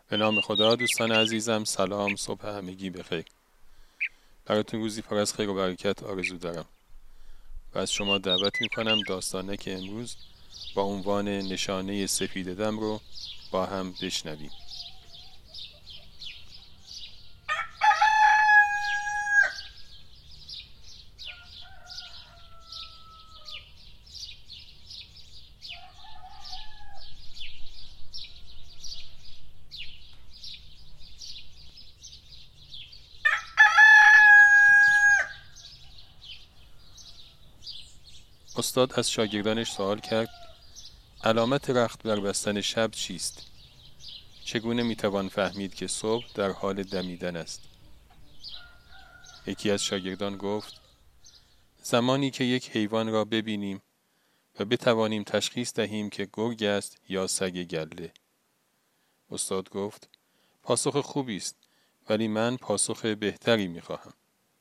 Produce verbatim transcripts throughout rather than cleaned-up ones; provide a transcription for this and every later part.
به نام خدا. دوستان عزیزم، سلام، صبح همگی بخیر. براتون روزی پر از خیر و برکت آرزو دارم و از شما دعوت میکنم داستانه که امروز با عنوان نشانه سفید دم رو با هم بشنویم. استاد از شاگردانش سوال کرد: علامت رخت بر بستن شب چیست؟ چگونه میتوان فهمید که صبح در حال دمیدن است؟ یکی از شاگردان گفت: زمانی که یک حیوان را ببینیم و بتوانیم تشخیص دهیم که گرگ است یا سگ گله. استاد گفت: پاسخ خوبی است، ولی من پاسخ بهتری میخواهم.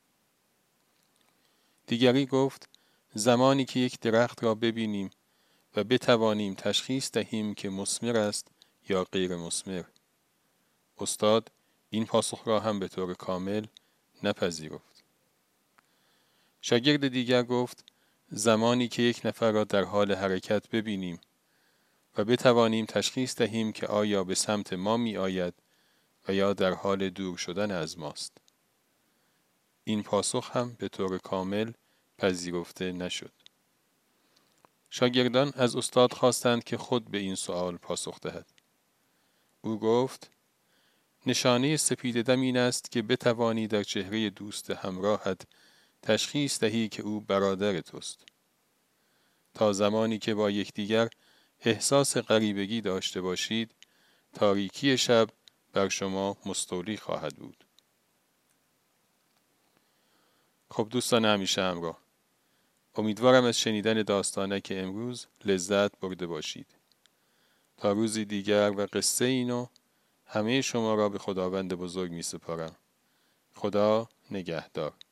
دیگری گفت: زمانی که یک درخت را ببینیم و بتوانیم تشخیص دهیم که مثمر است یا غیر مثمر. استاد این پاسخ را هم به طور کامل نپذیرفت. شاگرد دیگر گفت: زمانی که یک نفر را در حال حرکت ببینیم و بتوانیم تشخیص دهیم که آیا به سمت ما می آید و یا در حال دور شدن از ماست. این پاسخ هم به طور کامل پذیرفته نشد. شاگردان از استاد خواستند که خود به این سوال پاسخ دهد. او گفت: نشانه سپید دم این است که بتوانی در چهره دوست همراهت تشخیص دهی که او برادر توست. تا زمانی که با یکدیگر احساس غریبگی داشته باشید، تاریکی شب بر شما مستولی خواهد بود. خب دوستان همیشه همراه، امیدوارم از شنیدن داستانه که امروز لذت برده باشید. تا روزی دیگر و قصه اینو همه شما را به خداوند بزرگ می سپارم. خدا نگهدار.